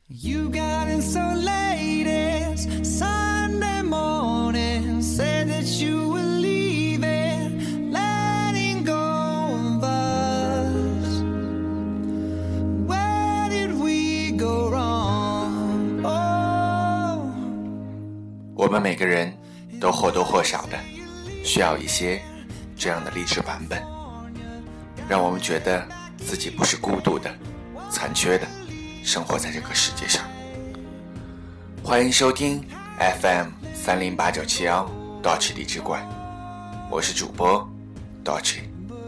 You got in so late it's Sunday morning, said that you were leaving, letting go of us. Where did we go wrong? Oh. 我们每个人都或多或少的需要一些这样的励志版本，让我们觉得自己不是孤独的、残缺的生活在这个世界上。欢迎收听 FM308971 Dolce 励志馆，我是主播 Dolce。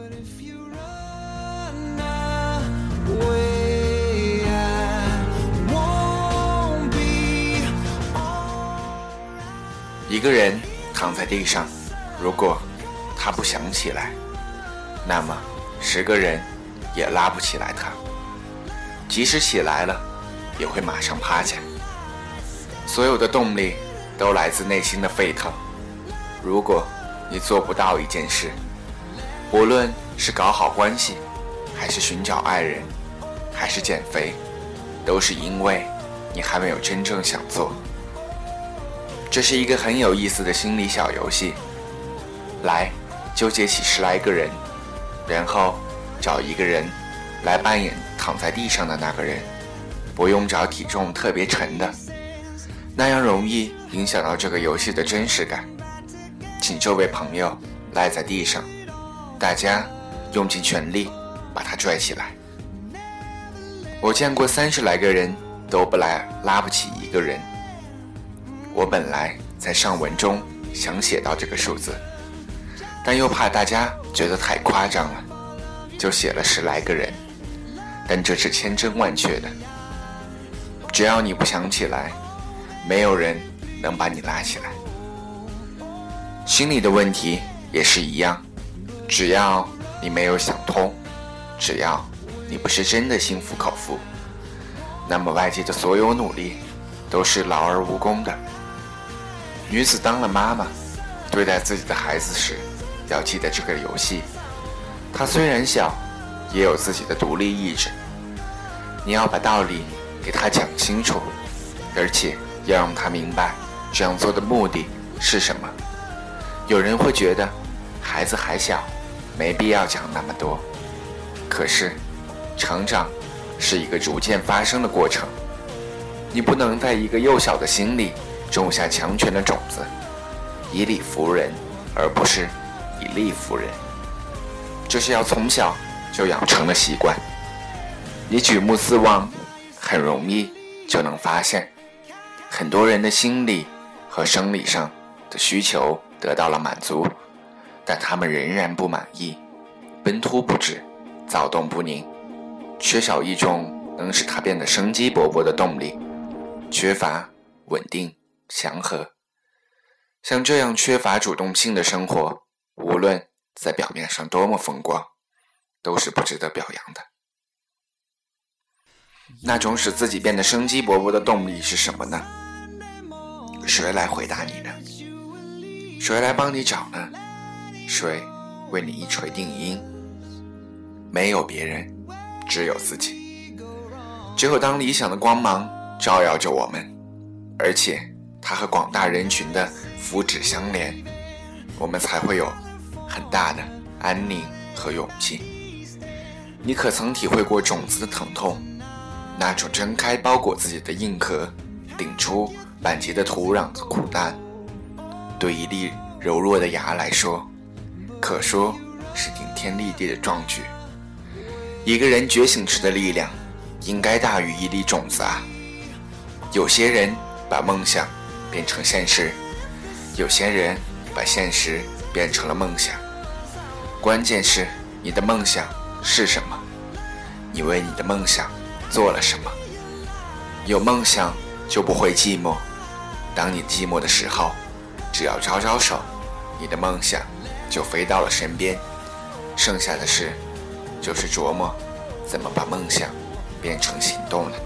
一个人躺在地上，如果他不想起来，那么10个人也拉不起来他，即使起来了也会马上趴下。所有的动力都来自内心的沸腾。如果你做不到一件事，无论是搞好关系，还是寻找爱人，还是减肥，都是因为你还没有真正想做。这是一个很有意思的心理小游戏，来纠结起10来个人，然后找一个人来扮演躺在地上的那个人，不用找体重特别沉的，那样容易影响到这个游戏的真实感。请这位朋友赖在地上，大家用尽全力把他拽起来。我见过30来个人都拉不起一个人。我本来在上文中想写到这个数字，但又怕大家觉得太夸张了，就写了10来个人。但这是千真万确的，只要你不想起来，没有人能把你拉起来。心理的问题也是一样，只要你没有想通，只要你不是真的心服口服，那么外界的所有努力都是劳而无功的。女子当了妈妈，对待自己的孩子时，要记得这个游戏，她虽然小，也有自己的独立意志。你要把道理给她讲清楚，而且要让她明白这样做的目的是什么。有人会觉得孩子还小，没必要讲那么多，可是成长是一个逐渐发生的过程，你不能在一个幼小的心里种下强权的种子，以理服人，而不是以力服人。这是要从小就养成的习惯。你举目四望，很容易就能发现，很多人的心理和生理上的需求得到了满足，但他们仍然不满意，奔突不止，躁动不宁，缺少一种能使他变得生机勃勃的动力，缺乏稳定祥和。像这样缺乏主动性的生活，无论在表面上多么风光，都是不值得表扬的。那种使自己变得生机勃勃的动力是什么呢？谁来回答你呢？谁来帮你找呢？谁为你一锤定音？没有别人，只有自己。只有当理想的光芒照耀着我们，而且它和广大人群的福祉相连，我们才会有很大的安宁和勇气。你可曾体会过种子的疼痛？那种睁开包裹自己的硬壳，顶出板结的土壤的苦难，对一粒柔弱的芽来说，可说是顶天立地的壮举。一个人觉醒时的力量，应该大于一粒种子啊！有些人把梦想变成现实，有些人把现实变成了梦想。关键是你的梦想是什么？你为你的梦想做了什么？有梦想就不会寂寞，当你寂寞的时候，只要招招手，你的梦想就飞到了身边。剩下的事就是琢磨怎么把梦想变成行动了。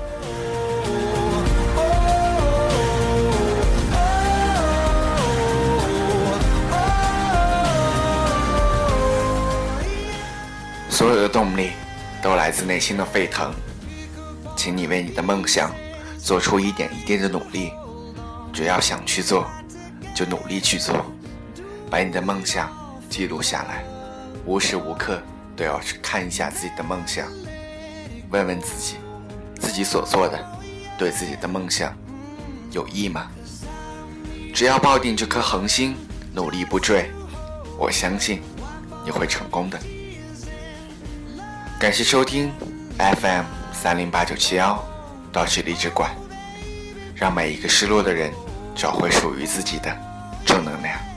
所有的动力都来自内心的沸腾，请你为你的梦想做出一点一滴的努力。只要想去做，就努力去做，把你的梦想记录下来，无时无刻都要去看一下自己的梦想，问问自己，自己所做的对自己的梦想有益吗？只要抱定这颗恒心，努力不坠，我相信你会成功的。感谢收听 FM308971，到这里只管，让每一个失落的人找回属于自己的正能量。